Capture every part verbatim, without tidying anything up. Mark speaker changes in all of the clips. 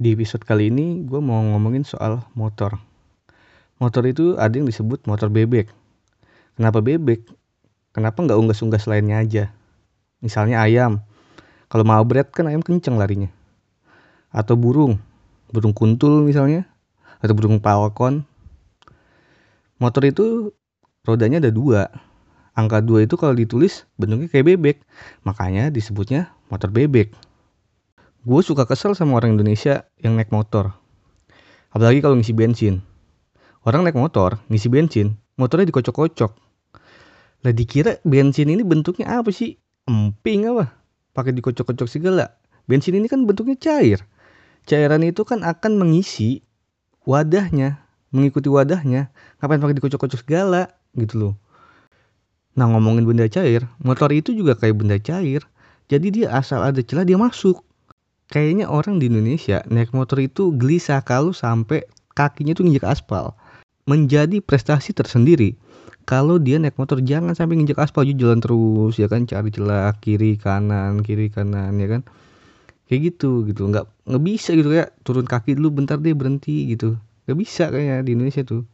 Speaker 1: Di episode kali ini gue mau ngomongin soal motor. Motor itu ada yang disebut motor bebek. Kenapa bebek? Kenapa nggak unggas-unggas lainnya aja? Misalnya ayam. Kalau mau bread kan ayam kenceng larinya. Atau burung. Burung kuntul misalnya. Atau burung falcon. Motor itu rodanya ada dua. Angka dua itu kalau ditulis bentuknya kayak bebek. Makanya disebutnya motor bebek. Gue suka kesel sama orang Indonesia yang naik motor. Apalagi kalau ngisi bensin. Orang naik motor, ngisi bensin, motornya dikocok-kocok. Lah dikira bensin ini bentuknya apa sih? Emping apa? Pakai dikocok-kocok segala. Bensin ini kan bentuknya cair. Cairan itu kan akan mengisi wadahnya, mengikuti wadahnya. Ngapain pakai dikocok-kocok segala gitu loh. Nah, ngomongin benda cair, motor itu juga kayak benda cair. Jadi dia asal ada celah dia masuk. Kayaknya orang di Indonesia naik motor itu gelisah kalau sampai kakinya tuh nginjek aspal. Menjadi prestasi tersendiri kalau dia naik motor jangan sampai nginjek aspal, dia jalan terus ya kan, cari celah kiri kanan kiri kanan ya kan, kayak gitu gitu nggak nggak bisa gitu, kayak turun kaki dulu bentar deh berhenti gitu, nggak bisa kayaknya di Indonesia tuh.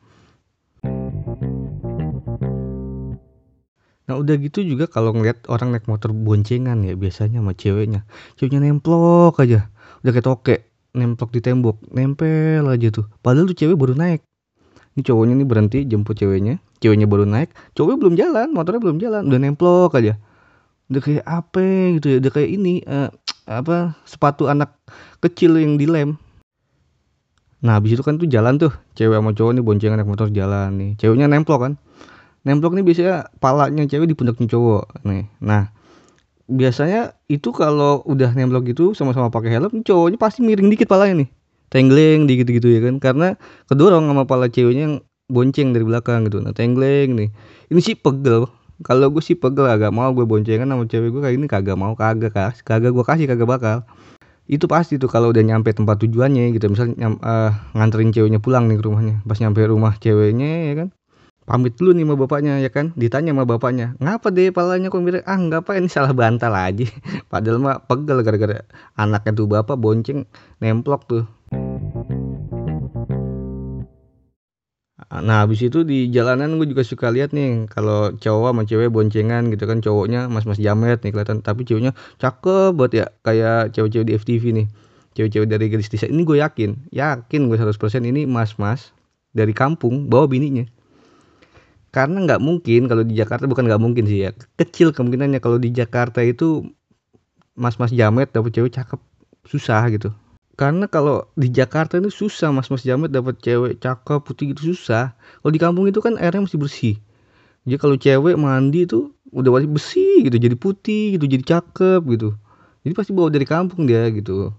Speaker 1: Nah udah gitu juga kalau ngeliat orang naik motor boncengan ya, biasanya sama ceweknya ceweknya nemplok aja, udah kayak toke nemplok di tembok, nempel aja tuh, padahal tuh cewek baru naik. Ini cowoknya nih berhenti jemput ceweknya, ceweknya baru naik, cowoknya belum jalan, motornya belum jalan, udah nemplok aja. Udah kayak apa gitu ya, udah kayak ini eh, apa sepatu anak kecil yang dilem. Nah habis itu kan tuh jalan tuh, cewek sama cowok nih boncengan naik motor jalan nih, ceweknya nemplok kan. Nemplok nih biasanya palanya cewek di pundaknya cowok nih. Nah biasanya itu kalau udah nemplok gitu sama-sama pakai helm, cowoknya pasti miring dikit palanya nih, tengleng dikit gitu ya kan, karena kedorong sama pala ceweknya yang bonceng dari belakang gitu. Nah tengleng nih, ini sih pegel. Kalau gue sih pegel, agak mau gue boncengan sama cewek gue kayak ini, kagak mau, kagak kas kagak gue kasih, kagak bakal. Itu pasti tuh kalau udah nyampe tempat tujuannya gitu, misalnya nyam, uh, nganterin ceweknya pulang nih ke rumahnya, pas nyampe rumah ceweknya ya kan, pamit dulu nih sama bapaknya ya kan, ditanya sama bapaknya, ngapa deh palanya kok mirip, ah nggak apa, ini salah bantal aja. Padahal mah pegel gara-gara anaknya tuh bapak bonceng nemplok tuh. Nah habis itu di jalanan gue juga suka lihat nih kalau cowok sama cewek boncengan gitu kan, cowoknya mas-mas jamet nih kelihatan, tapi ceweknya cakep banget ya, kayak cewek-cewek di F T V nih, cewek-cewek dari gadis desa ini. Gue yakin yakin gue seratus persen ini mas-mas dari kampung bawa bininya. Karena nggak mungkin kalau di Jakarta, bukan nggak mungkin sih ya, kecil kemungkinannya kalau di Jakarta itu mas-mas jamet dapet cewek cakep susah gitu. Karena kalau di Jakarta itu susah mas-mas jamet dapet cewek cakep putih gitu, susah. Kalau di kampung itu kan airnya masih bersih. Jadi kalau cewek mandi itu udah masih bersih gitu, jadi putih gitu, jadi cakep gitu. Jadi pasti bawa dari kampung dia gitu.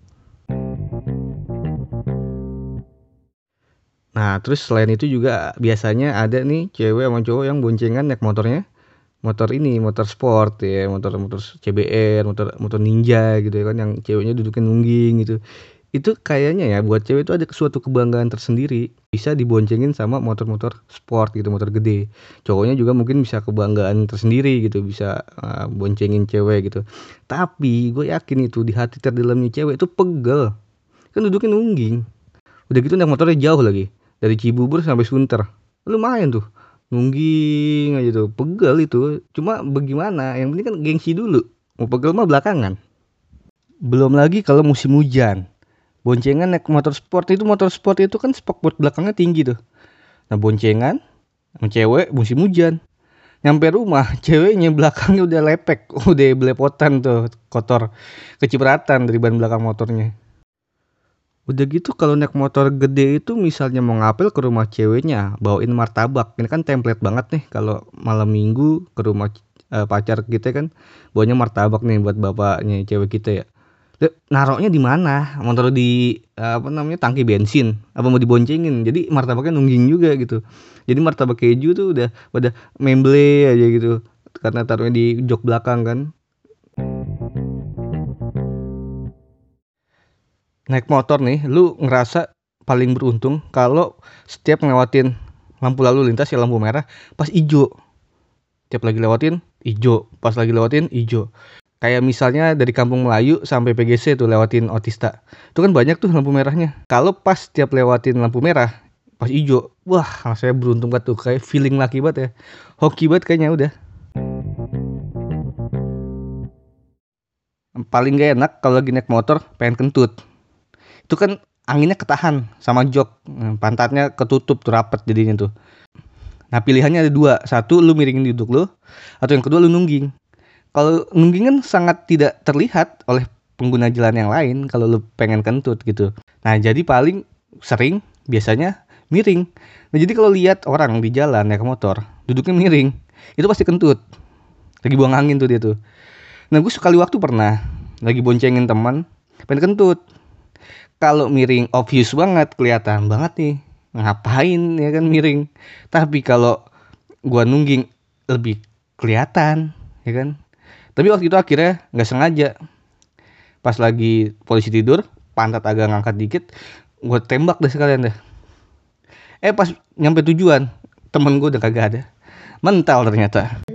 Speaker 1: Nah terus selain itu juga biasanya ada nih cewek sama cowok yang boncengan naik motornya, motor ini, motor sport ya, motor motor C B R, motor motor Ninja gitu ya kan, yang ceweknya duduknya nungging gitu. Itu kayaknya ya buat cewek itu ada suatu kebanggaan tersendiri bisa diboncengin sama motor-motor sport gitu, motor gede. Cowoknya juga mungkin bisa kebanggaan tersendiri gitu, bisa uh, boncengin cewek gitu. Tapi gue yakin itu di hati terdalamnya cewek itu pegel, kan duduknya nungging. Udah gitu naik motornya jauh lagi, dari Cibubur sampai Sunter, lumayan tuh, nungging aja tuh, pegel itu. Cuma bagaimana, yang penting kan gengsi dulu, mau pegel mah belakangan. Belum lagi kalau musim hujan, boncengan naik motor sport itu, motor sport itu kan spakbor belakangnya tinggi tuh. Nah boncengan sama cewek musim hujan, nyampe rumah ceweknya belakangnya udah lepek, udah belepotan tuh, kotor, kecipratan dari ban belakang motornya. Udah gitu kalau naik motor gede itu misalnya mau ngapel ke rumah ceweknya, bawain martabak. Ini kan template banget nih kalau malam minggu ke rumah eh, pacar kita kan, bawanya martabak nih buat bapaknya cewek kita ya. Lah, naroknya di mana? Mau taruh di eh, apa namanya, tangki bensin? Apa mau diboncengin? Jadi martabaknya nungging juga gitu. Jadi martabak keju tuh udah pada memble aja gitu. Karena taruhnya di jok belakang kan. Naik motor nih, lu ngerasa paling beruntung kalau setiap ngelewatin lampu lalu lintas ya, lampu merah pas ijo. Tiap lagi lewatin ijo, pas lagi lewatin ijo. Kayak misalnya dari Kampung Melayu sampai P G C tuh lewatin Otista. Itu kan banyak tuh lampu merahnya. Kalau pas tiap lewatin lampu merah, pas hijau, wah saya beruntung banget tuh. Kayak feeling laki banget ya. Hoki banget kayaknya udah. Paling gak enak kalau lagi naik motor pengen kentut. Itu kan anginnya ketahan sama jok. Pantatnya ketutup tuh rapet jadinya tuh. Nah pilihannya ada dua. Satu lu miringin duduk lu. Atau yang kedua lu nungging. Kalau nungging kan sangat tidak terlihat oleh pengguna jalan yang lain kalau lu pengen kentut gitu. Nah jadi paling sering biasanya miring. Nah jadi kalau lihat orang di jalan naik motor duduknya miring, itu pasti kentut. Lagi buang angin tuh dia tuh. Nah gue sekali waktu pernah lagi boncengin teman pengen kentut. Kalau miring obvious banget, kelihatan banget nih ngapain ya kan miring. Tapi kalau gua nungging lebih kelihatan ya kan. Tapi waktu itu akhirnya nggak sengaja, pas lagi polisi tidur, pantat agak ngangkat dikit, gue tembak deh sekalian deh. Eh pas nyampe tujuan, temen gue udah kagak ada, mental ternyata.